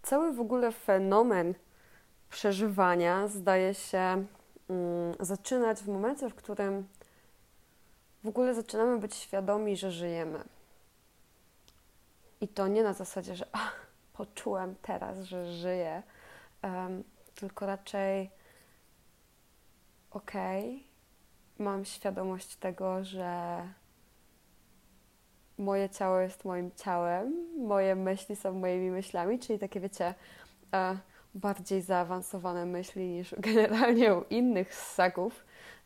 Cały w ogóle fenomen przeżywania zdaje się zaczynać w momencie, w którym w ogóle zaczynamy być świadomi, że żyjemy. I to nie na zasadzie, że poczułem teraz, że żyję, tylko raczej mam świadomość tego, że moje ciało jest moim ciałem, moje myśli są moimi myślami, czyli takie wiecie, bardziej zaawansowane myśli niż generalnie u innych ssaków.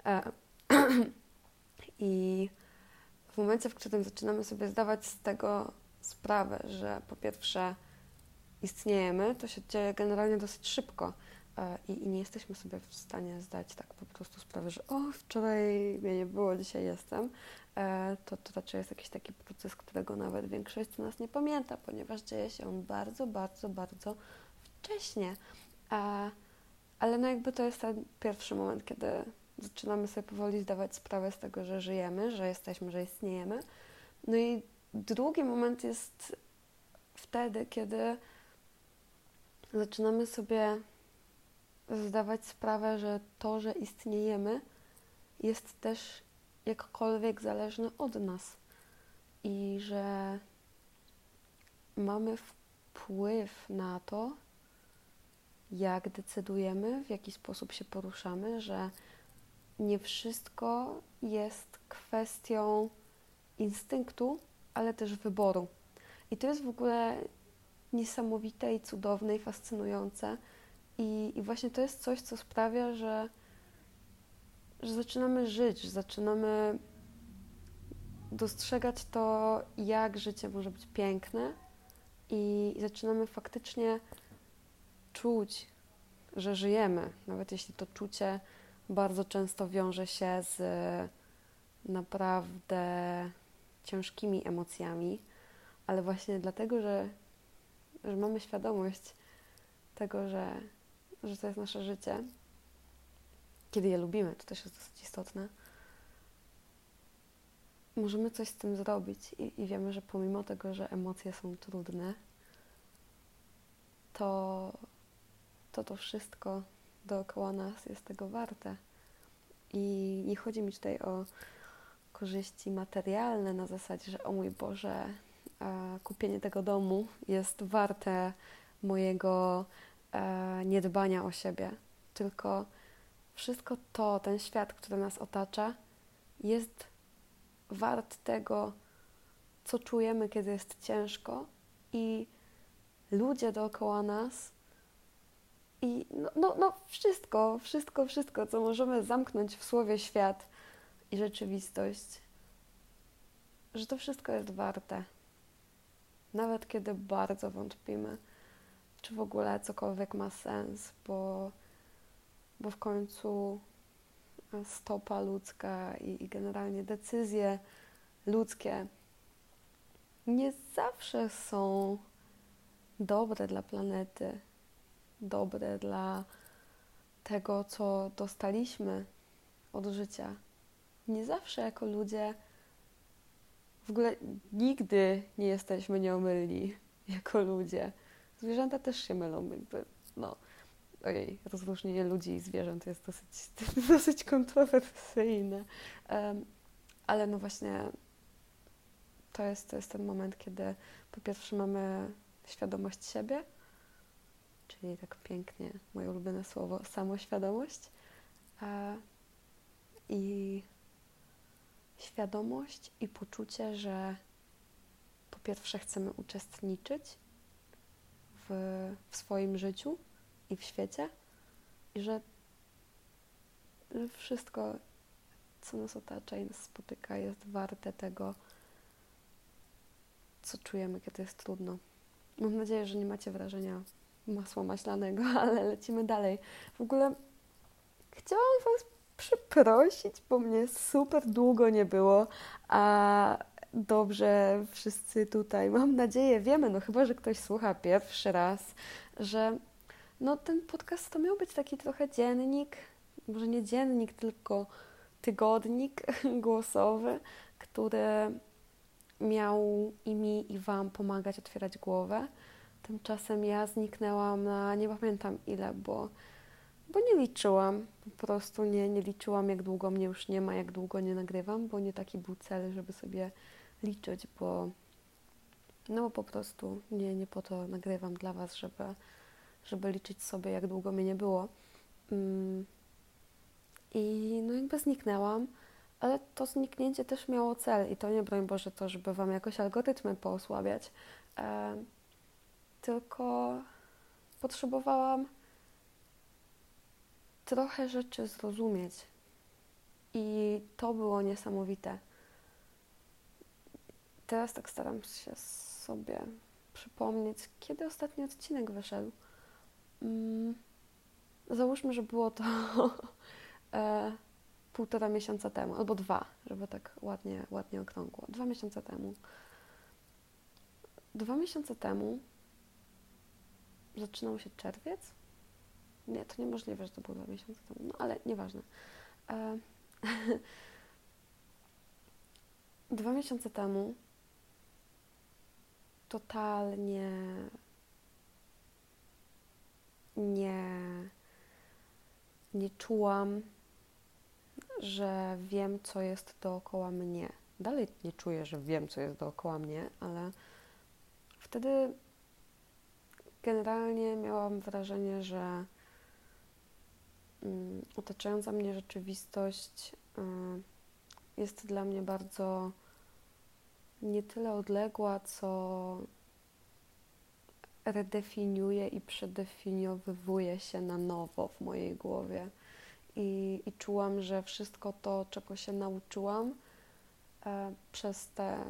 I w momencie, w którym zaczynamy sobie zdawać z tego sprawę, że po pierwsze istniejemy, to się dzieje generalnie dosyć szybko i nie jesteśmy sobie w stanie zdać tak po prostu sprawy, że wczoraj mnie nie było, dzisiaj jestem. To raczej jest jakiś taki proces, którego nawet większość z nas nie pamięta, ponieważ dzieje się on bardzo, bardzo, bardzo wcześnie. Ale no jakby to jest ten pierwszy moment, kiedy zaczynamy sobie powoli zdawać sprawę z tego, że żyjemy, że jesteśmy, że istniejemy. No i drugi moment jest wtedy, kiedy zaczynamy sobie zdawać sprawę, że to, że istniejemy, jest też jakkolwiek zależne od nas i że mamy wpływ na to, jak decydujemy, w jaki sposób się poruszamy, że nie wszystko jest kwestią instynktu, ale też wyboru. I to jest w ogóle niesamowite i cudowne i fascynujące. I właśnie to jest coś, co sprawia, że zaczynamy żyć, że zaczynamy dostrzegać to, jak życie może być piękne i zaczynamy faktycznie czuć, że żyjemy, nawet jeśli to czucie bardzo często wiąże się z naprawdę ciężkimi emocjami, ale właśnie dlatego, że mamy świadomość tego, że to jest nasze życie, kiedy je lubimy, to też jest dosyć istotne, możemy coś z tym zrobić i wiemy, że pomimo tego, że emocje są trudne, to wszystko dookoła nas jest tego warte. I nie chodzi mi tutaj o korzyści materialne na zasadzie, że o mój Boże, kupienie tego domu jest warte mojego niedbania o siebie. Tylko wszystko to, ten świat, który nas otacza, jest wart tego, co czujemy, kiedy jest ciężko i ludzie dookoła nas i wszystko, co możemy zamknąć w słowie świat i rzeczywistość, że to wszystko jest warte. Nawet kiedy bardzo wątpimy, czy w ogóle cokolwiek ma sens, bo w końcu stopa ludzka i generalnie decyzje ludzkie nie zawsze są dobre dla planety, dobre dla tego, co dostaliśmy od życia. Nie zawsze jako ludzie w ogóle nigdy nie jesteśmy nieomylni jako ludzie. Zwierzęta też się mylą, rozróżnienie ludzi i zwierząt jest dosyć kontrowersyjne. Ale no właśnie to jest ten moment, kiedy po pierwsze mamy świadomość siebie, czyli tak pięknie, moje ulubione słowo, samoświadomość i świadomość i poczucie, że po pierwsze chcemy uczestniczyć w swoim życiu i w świecie i że wszystko, co nas otacza i nas spotyka, jest warte tego, co czujemy, kiedy jest trudno. Mam nadzieję, że nie macie wrażenia masła maślanego, ale lecimy dalej. W ogóle chciałam Was przeprosić, bo mnie super długo nie było, a dobrze wszyscy tutaj, mam nadzieję, wiemy, chyba, że ktoś słucha pierwszy raz, że ten podcast to miał być taki trochę dziennik, może nie dziennik, tylko tygodnik głosowy, który miał i mi, i Wam pomagać otwierać głowę, Tymczasem ja zniknęłam na nie pamiętam ile, bo nie liczyłam. Po prostu nie liczyłam, jak długo mnie już nie ma, jak długo nie nagrywam, bo nie taki był cel, żeby sobie liczyć, bo po prostu nie po to nagrywam dla Was, żeby liczyć sobie, jak długo mnie nie było. I no jakby zniknęłam, ale to zniknięcie też miało cel i to nie, broń Boże, to, żeby Wam jakoś algorytmy poosłabiać, tylko potrzebowałam trochę rzeczy zrozumieć i to było niesamowite. Teraz tak staram się sobie przypomnieć, kiedy ostatni odcinek wyszedł. Załóżmy, że było to 1,5 miesiąca temu, albo 2, żeby tak ładnie okrągło. 2 miesiące temu. 2 miesiące temu zaczynał się czerwiec? Nie, to niemożliwe, że to było 2 miesiące temu, no ale nieważne. 2 miesiące temu totalnie nie czułam, że wiem, co jest dookoła mnie. Dalej nie czuję, że wiem, co jest dookoła mnie, ale wtedy generalnie miałam wrażenie, że otaczająca mnie rzeczywistość jest dla mnie bardzo nie tyle odległa, co redefiniuje i przedefiniowywuje się na nowo w mojej głowie. I czułam, że wszystko to, czego się nauczyłam przez te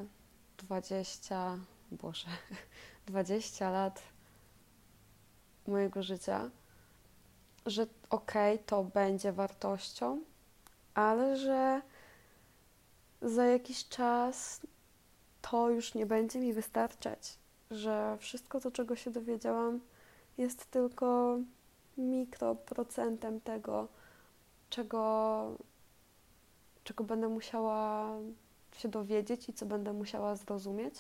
20 lat mojego życia, że to będzie wartością, ale że za jakiś czas to już nie będzie mi wystarczać, że wszystko to, czego się dowiedziałam, jest tylko mikroprocentem tego, czego będę musiała się dowiedzieć i co będę musiała zrozumieć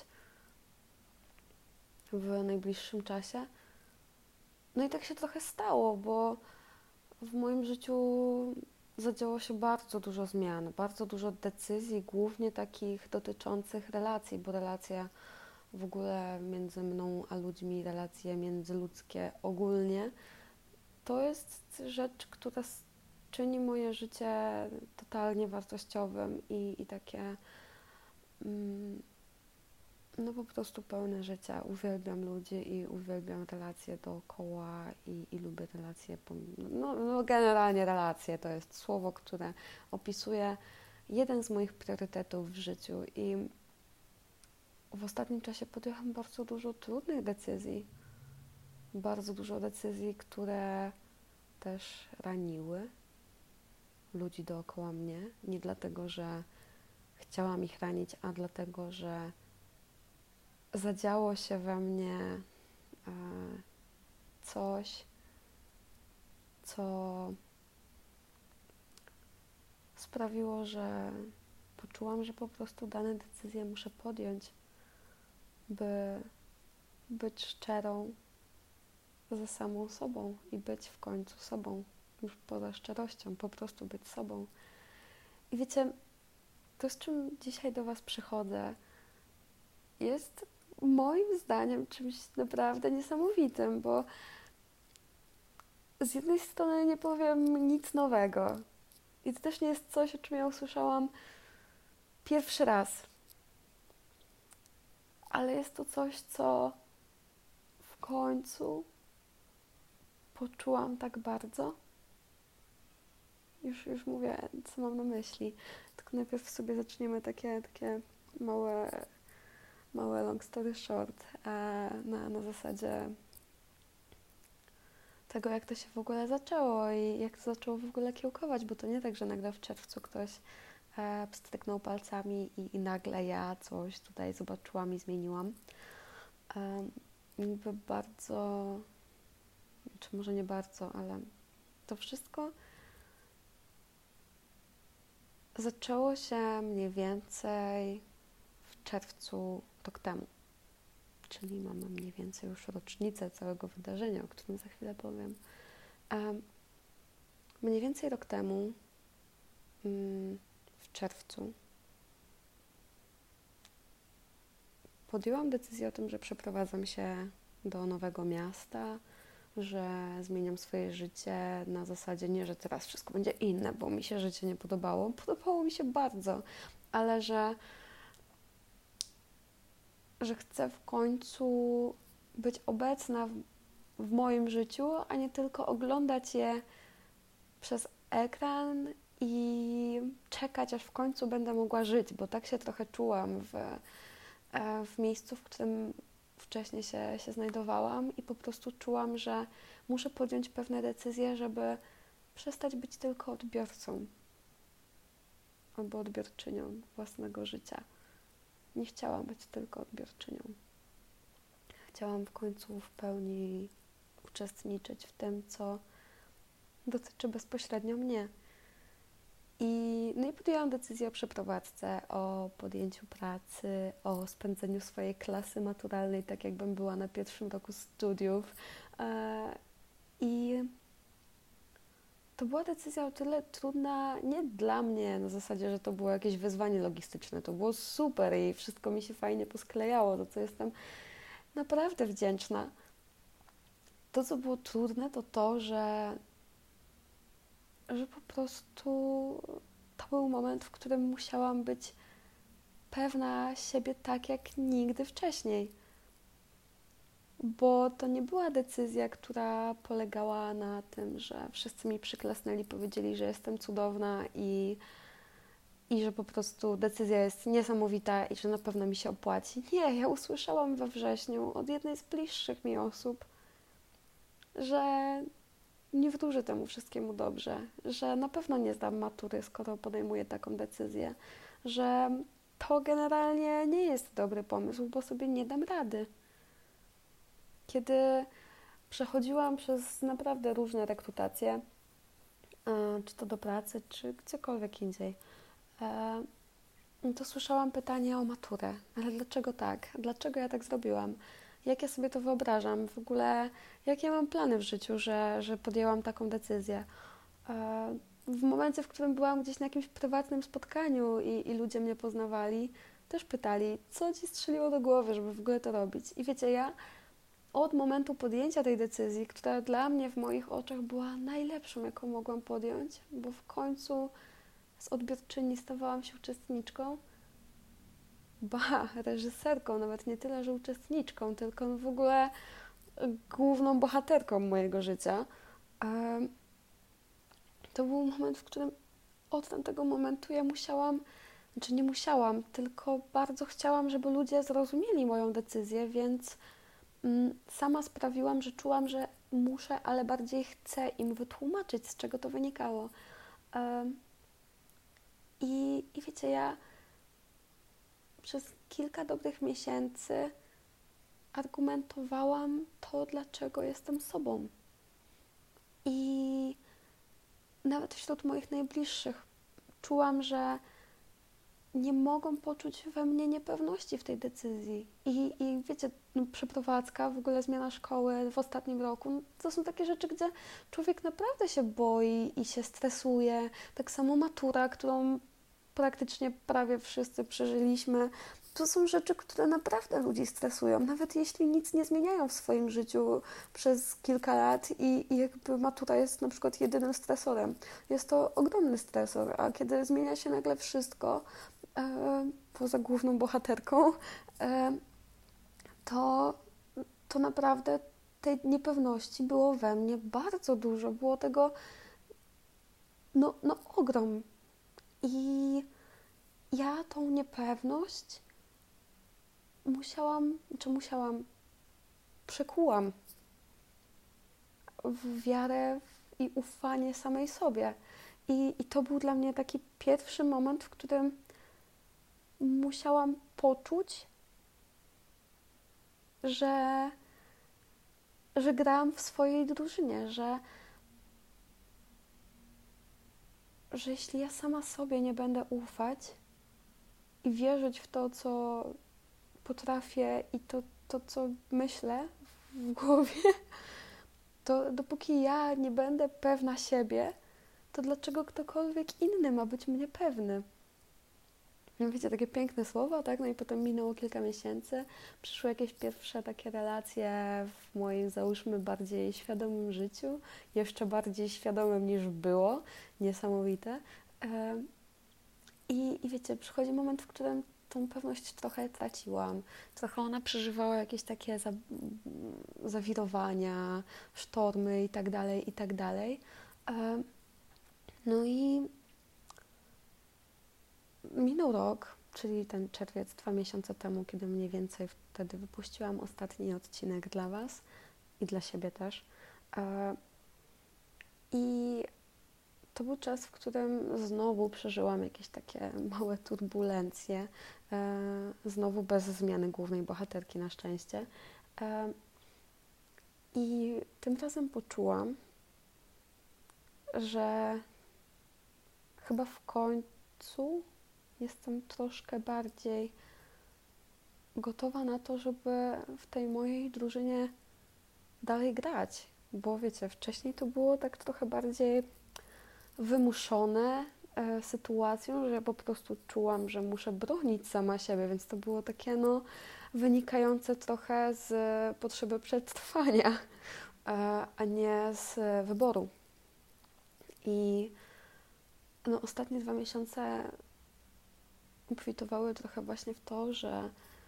w najbliższym czasie. No i tak się trochę stało, bo w moim życiu zadziało się bardzo dużo zmian, bardzo dużo decyzji, głównie takich dotyczących relacji, bo relacja w ogóle między mną a ludźmi, relacje międzyludzkie ogólnie, to jest rzecz, która czyni moje życie totalnie wartościowym i takie no po prostu pełne życia. Uwielbiam ludzi i uwielbiam relacje dookoła i lubię relacje. No generalnie relacje to jest słowo, które opisuje jeden z moich priorytetów w życiu i w ostatnim czasie podjęłam bardzo dużo trudnych decyzji. Bardzo dużo decyzji, które też raniły ludzi dookoła mnie. Nie dlatego, że chciałam ich ranić, a dlatego, że zadziało się we mnie coś, co sprawiło, że poczułam, że po prostu dane decyzje muszę podjąć, by być szczerą ze samą sobą i być w końcu sobą, już poza szczerością, po prostu być sobą. I wiecie, to, z czym dzisiaj do Was przychodzę, jest moim zdaniem czymś naprawdę niesamowitym, bo z jednej strony nie powiem nic nowego i to też nie jest coś, o czym ja usłyszałam pierwszy raz, ale jest to coś, co w końcu poczułam tak bardzo. Już mówię, co mam na myśli, tylko najpierw sobie zaczniemy takie małe long story short, na zasadzie tego, jak to się w ogóle zaczęło i jak to zaczęło w ogóle kiełkować, bo to nie tak, że nagle w czerwcu ktoś pstryknął palcami i nagle ja coś tutaj zobaczyłam i zmieniłam. Jakby bardzo, czy może nie bardzo, ale to wszystko zaczęło się mniej więcej w czerwcu rok temu. czyli mamy mniej więcej już rocznicę całego wydarzenia, o którym za chwilę powiem. Mniej więcej rok temu, w czerwcu, podjęłam decyzję o tym, że przeprowadzam się do nowego miasta, że zmieniam swoje życie na zasadzie nie, że teraz wszystko będzie inne, bo mi się życie nie podobało. Podobało mi się bardzo, ale że chcę w końcu być obecna w moim życiu, a nie tylko oglądać je przez ekran i czekać, aż w końcu będę mogła żyć, bo tak się trochę czułam w miejscu, w którym wcześniej się znajdowałam i po prostu czułam, że muszę podjąć pewne decyzje, żeby przestać być tylko odbiorcą albo odbiorczynią własnego życia. Nie chciałam być tylko odbiorczynią. Chciałam w końcu w pełni uczestniczyć w tym, co dotyczy bezpośrednio mnie. No i podjęłam decyzję o przeprowadzce, o podjęciu pracy, o spędzeniu swojej klasy maturalnej, tak jakbym była na pierwszym roku studiów. I to była decyzja o tyle trudna, nie dla mnie na zasadzie, że to było jakieś wyzwanie logistyczne. To było super i wszystko mi się fajnie posklejało, za co jestem naprawdę wdzięczna. To, co było trudne, to to, że po prostu to był moment, w którym musiałam być pewna siebie tak jak nigdy wcześniej. Bo to nie była decyzja, która polegała na tym, że wszyscy mi przyklasnęli, powiedzieli, że jestem cudowna i że po prostu decyzja jest niesamowita i że na pewno mi się opłaci. Nie, ja usłyszałam we wrześniu od jednej z bliższych mi osób, że nie wróży temu wszystkiemu dobrze, że na pewno nie zdam matury, skoro podejmuję taką decyzję, że to generalnie nie jest dobry pomysł, bo sobie nie dam rady. Kiedy przechodziłam przez naprawdę różne rekrutacje, czy to do pracy, czy gdziekolwiek indziej, to słyszałam pytanie o maturę. Ale dlaczego tak? Dlaczego ja tak zrobiłam? Jak ja sobie to wyobrażam? W ogóle jakie mam plany w życiu, że podjęłam taką decyzję? W momencie, w którym byłam gdzieś na jakimś prywatnym spotkaniu i ludzie mnie poznawali, też pytali, co ci strzeliło do głowy, żeby w ogóle to robić. I wiecie, ja od momentu podjęcia tej decyzji, która dla mnie w moich oczach była najlepszą, jaką mogłam podjąć, bo w końcu z odbiorczyni stawałam się uczestniczką, reżyserką, nawet nie tyle, że uczestniczką, tylko w ogóle główną bohaterką mojego życia. To był moment, w którym od tamtego momentu ja nie musiałam, tylko bardzo chciałam, żeby ludzie zrozumieli moją decyzję, więc sama sprawiłam, że czułam, że muszę, ale bardziej chcę im wytłumaczyć, z czego to wynikało. I wiecie, ja przez kilka dobrych miesięcy argumentowałam to, dlaczego jestem sobą. I nawet wśród moich najbliższych czułam, że nie mogą poczuć we mnie niepewności w tej decyzji. I wiecie, przeprowadzka, w ogóle zmiana szkoły w ostatnim roku, to są takie rzeczy, gdzie człowiek naprawdę się boi i się stresuje. Tak samo matura, którą praktycznie prawie wszyscy przeżyliśmy. To są rzeczy, które naprawdę ludzi stresują, nawet jeśli nic nie zmieniają w swoim życiu przez kilka lat i jakby matura jest na przykład jedynym stresorem. Jest to ogromny stresor, a kiedy zmienia się nagle wszystko, poza główną bohaterką, to naprawdę tej niepewności było we mnie bardzo dużo. Było tego ogrom. I ja tą niepewność przekułam w wiarę i ufanie samej sobie. I to był dla mnie taki pierwszy moment, w którym musiałam poczuć, że gram w swojej drużynie, że jeśli ja sama sobie nie będę ufać i wierzyć w to, co potrafię i to, to, co myślę w głowie, to dopóki ja nie będę pewna siebie, to dlaczego ktokolwiek inny ma być mnie pewny? No wiecie, takie piękne słowa, tak? No i potem minęło kilka miesięcy, przyszły jakieś pierwsze takie relacje w moim, załóżmy, bardziej świadomym życiu, jeszcze bardziej świadomym niż było, niesamowite. I wiecie, przychodzi moment, w którym tą pewność trochę traciłam. Trochę ona przeżywała jakieś takie zawirowania, sztormy i tak dalej, i tak dalej. No i minął rok, czyli ten czerwiec, 2 miesiące temu, kiedy mniej więcej wtedy wypuściłam ostatni odcinek dla Was i dla siebie też. I to był czas, w którym znowu przeżyłam jakieś takie małe turbulencje, znowu bez zmiany głównej bohaterki na szczęście. I tym razem poczułam, że chyba w końcu jestem troszkę bardziej gotowa na to, żeby w tej mojej drużynie dalej grać. Bo wiecie, wcześniej to było tak trochę bardziej wymuszone sytuacją, że ja po prostu czułam, że muszę bronić sama siebie, więc to było takie wynikające trochę z potrzeby przetrwania, a nie z wyboru. I ostatnie 2 miesiące obfitowały trochę właśnie w to, że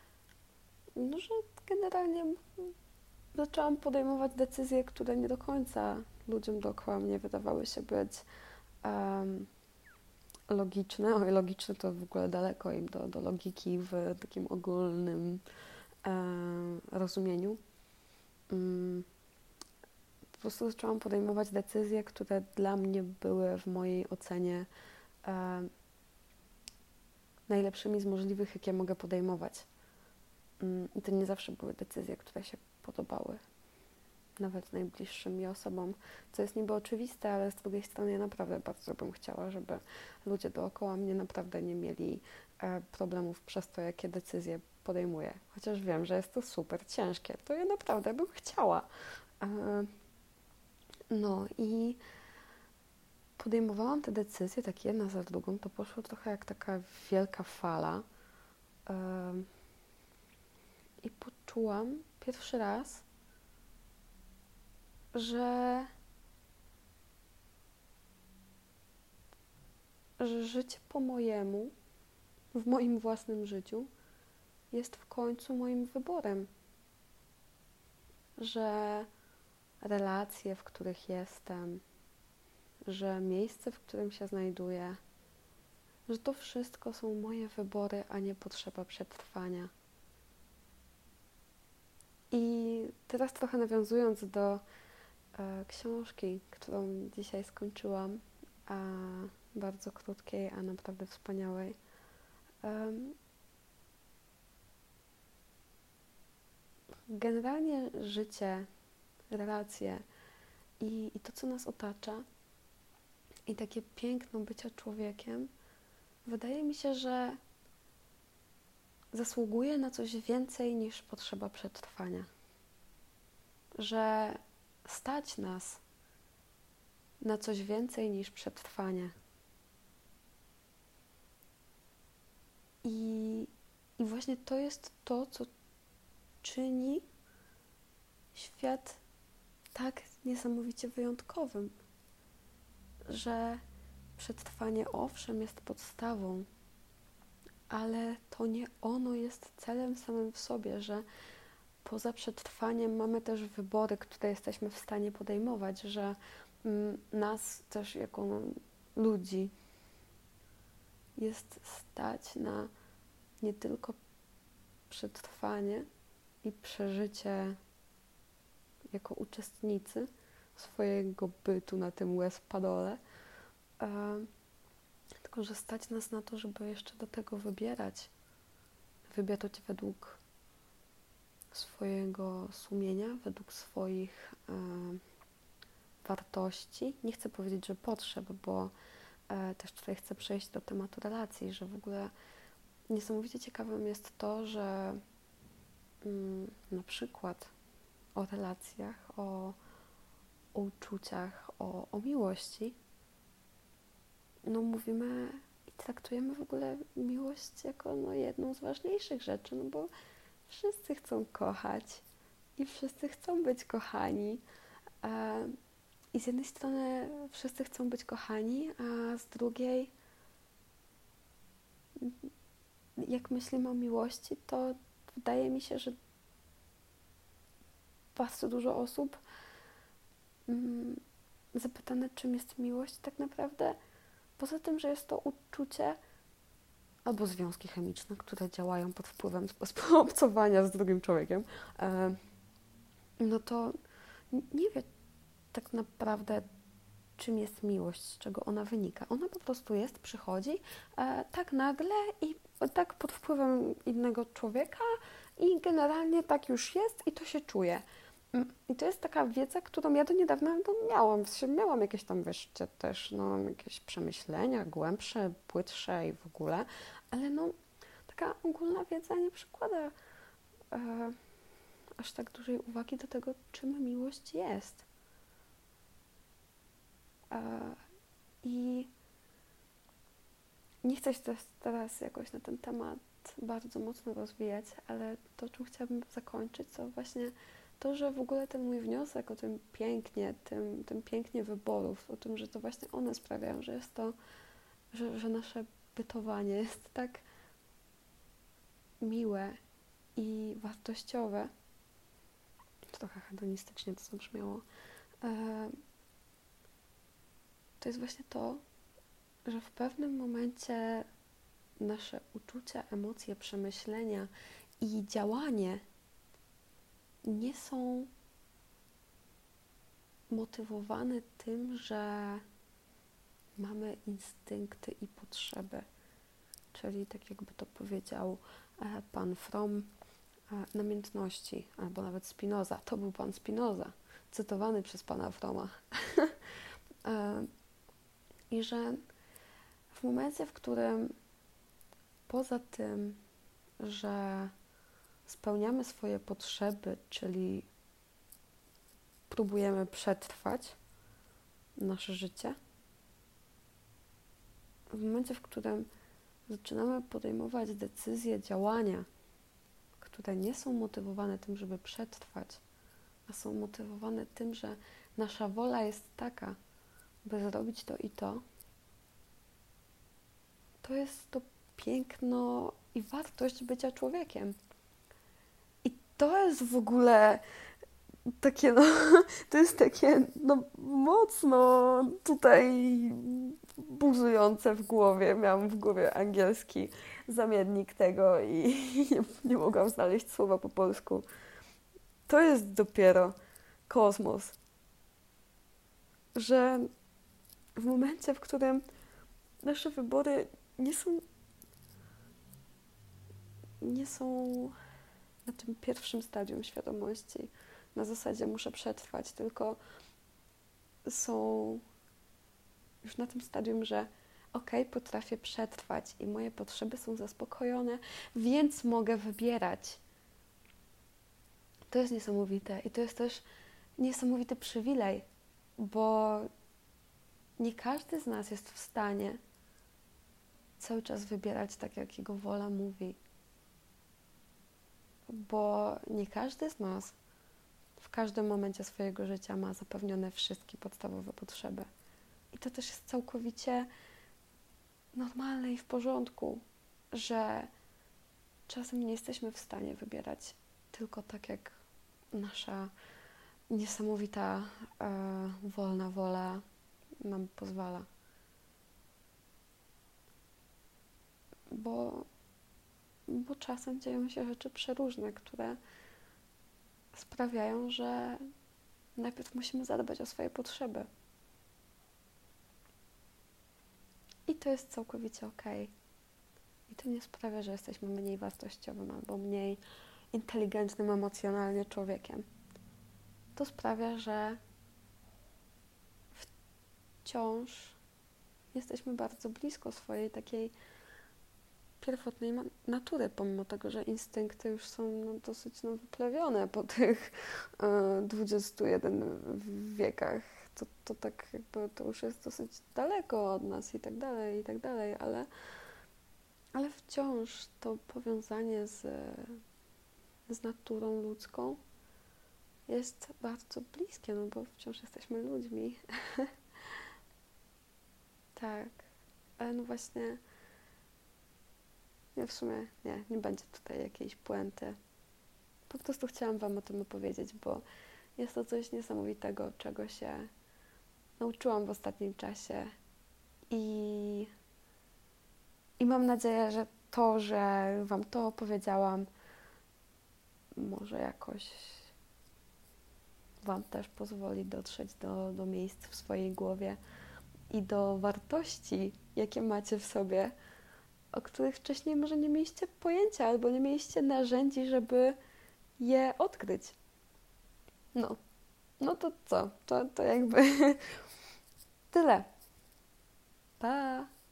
generalnie zaczęłam podejmować decyzje, które nie do końca ludziom dookoła mnie wydawały się być logiczne. Oj, logiczne to w ogóle daleko im do logiki w takim ogólnym rozumieniu. Po prostu zaczęłam podejmować decyzje, które dla mnie były w mojej ocenie najlepszymi z możliwych, jakie mogę podejmować. I to nie zawsze były decyzje, które się podobały nawet najbliższym mi osobom, co jest niby oczywiste, ale z drugiej strony ja naprawdę bardzo bym chciała, żeby ludzie dookoła mnie naprawdę nie mieli problemów przez to, jakie decyzje podejmuję. Chociaż wiem, że jest to super ciężkie, to ja naprawdę bym chciała. No i podejmowałam te decyzje tak jedna za drugą, to poszło trochę jak taka wielka fala. I poczułam pierwszy raz, że życie po mojemu, w moim własnym życiu, jest w końcu moim wyborem. Że relacje, w których jestem, że miejsce, w którym się znajduję, że to wszystko są moje wybory, a nie potrzeba przetrwania. I teraz trochę nawiązując do książki, którą dzisiaj skończyłam, bardzo krótkiej, a naprawdę wspaniałej. Generalnie życie, relacje i to, co nas otacza i takie piękno bycia człowiekiem, wydaje mi się, że zasługuje na coś więcej niż potrzeba przetrwania. Że stać nas na coś więcej niż przetrwanie. I właśnie to jest to, co czyni świat tak niesamowicie wyjątkowym, że przetrwanie owszem jest podstawą, ale to nie ono jest celem samym w sobie, że poza przetrwaniem mamy też wybory, które jesteśmy w stanie podejmować, że nas też jako ludzi jest stać na nie tylko przetrwanie i przeżycie jako uczestnicy swojego bytu na tym łez-padole, tylko że stać nas na to, żeby jeszcze do tego wybierać według swojego sumienia, według swoich wartości. Nie chcę powiedzieć, że potrzeb, bo też tutaj chcę przejść do tematu relacji, że w ogóle niesamowicie ciekawym jest to, że na przykład o relacjach, o uczuciach, o miłości, no mówimy i traktujemy w ogóle miłość jako jedną z ważniejszych rzeczy, no bo wszyscy chcą kochać i wszyscy chcą być kochani. I z jednej strony wszyscy chcą być kochani, a z drugiej, jak myślimy o miłości, to wydaje mi się, że bardzo dużo osób zapytane, czym jest miłość tak naprawdę, poza tym, że jest to uczucie albo związki chemiczne, które działają pod wpływem obcowania z drugim człowiekiem, no to nie wie tak naprawdę, czym jest miłość, z czego ona wynika. Ona po prostu jest, przychodzi tak nagle i tak pod wpływem innego człowieka i generalnie tak już jest i to się czuje. I to jest taka wiedza, którą ja do niedawna miałam. Miałam jakieś tam, też jakieś przemyślenia głębsze, płytsze i w ogóle, ale taka ogólna wiedza nie przykłada aż tak dużej uwagi do tego, czym miłość jest. I nie chcę się teraz jakoś na ten temat bardzo mocno rozwijać, ale to, czym chciałabym zakończyć, to właśnie to, że w ogóle ten mój wniosek o tym pięknie wyborów, o tym, że to właśnie one sprawiają, że jest to, że nasze bytowanie jest tak miłe i wartościowe. Trochę hedonistycznie to zabrzmiało. To jest właśnie to, że w pewnym momencie nasze uczucia, emocje, przemyślenia i działanie nie są motywowane tym, że mamy instynkty i potrzeby. Czyli tak jakby to powiedział pan Fromm, namiętności, albo nawet Spinoza. To był pan Spinoza, cytowany przez pana Fromma. I że w momencie, w którym poza tym, że spełniamy swoje potrzeby, czyli próbujemy przetrwać nasze życie, w momencie, w którym zaczynamy podejmować decyzje, działania, które nie są motywowane tym, żeby przetrwać, a są motywowane tym, że nasza wola jest taka, by zrobić to i to jest to piękno i wartość bycia człowiekiem. I to jest w ogóle takie, to jest takie, mocno tutaj buzujące w głowie. Miałam w głowie angielski zamiennik tego i nie mogłam znaleźć słowa po polsku. To jest dopiero kosmos. Że w momencie, w którym nasze wybory nie są na tym pierwszym stadium świadomości, na zasadzie muszę przetrwać, tylko są już na tym stadium, że potrafię przetrwać i moje potrzeby są zaspokojone, więc mogę wybierać. To jest niesamowite i to jest też niesamowity przywilej, bo nie każdy z nas jest w stanie cały czas wybierać tak, jak jego wola mówi. Bo nie każdy z nas w każdym momencie swojego życia ma zapewnione wszystkie podstawowe potrzeby. I to też jest całkowicie normalne i w porządku, że czasem nie jesteśmy w stanie wybierać tylko tak, jak nasza niesamowita, wolna wola nam pozwala. Bo czasem dzieją się rzeczy przeróżne, które sprawiają, że najpierw musimy zadbać o swoje potrzeby. I to jest całkowicie okej. I to nie sprawia, że jesteśmy mniej wartościowym albo mniej inteligentnym emocjonalnie człowiekiem. To sprawia, że wciąż jesteśmy bardzo blisko swojej takiej pierwotnej natury, pomimo tego, że instynkty już są dosyć wyplenione po tych 21 wiekach. To tak jakby to już jest dosyć daleko od nas i tak dalej, ale wciąż to powiązanie z naturą ludzką jest bardzo bliskie, no bo wciąż jesteśmy ludźmi. Tak, ale no właśnie, w sumie nie będzie tutaj jakiejś puenty. Po prostu chciałam Wam o tym opowiedzieć, bo jest to coś niesamowitego, czego się nauczyłam w ostatnim czasie i mam nadzieję, że to, że Wam to opowiedziałam, może jakoś Wam też pozwoli dotrzeć do miejsc w swojej głowie i do wartości, jakie macie w sobie, o których wcześniej może nie mieliście pojęcia albo nie mieliście narzędzi, żeby je odkryć. No to co? To jakby tyle. Pa!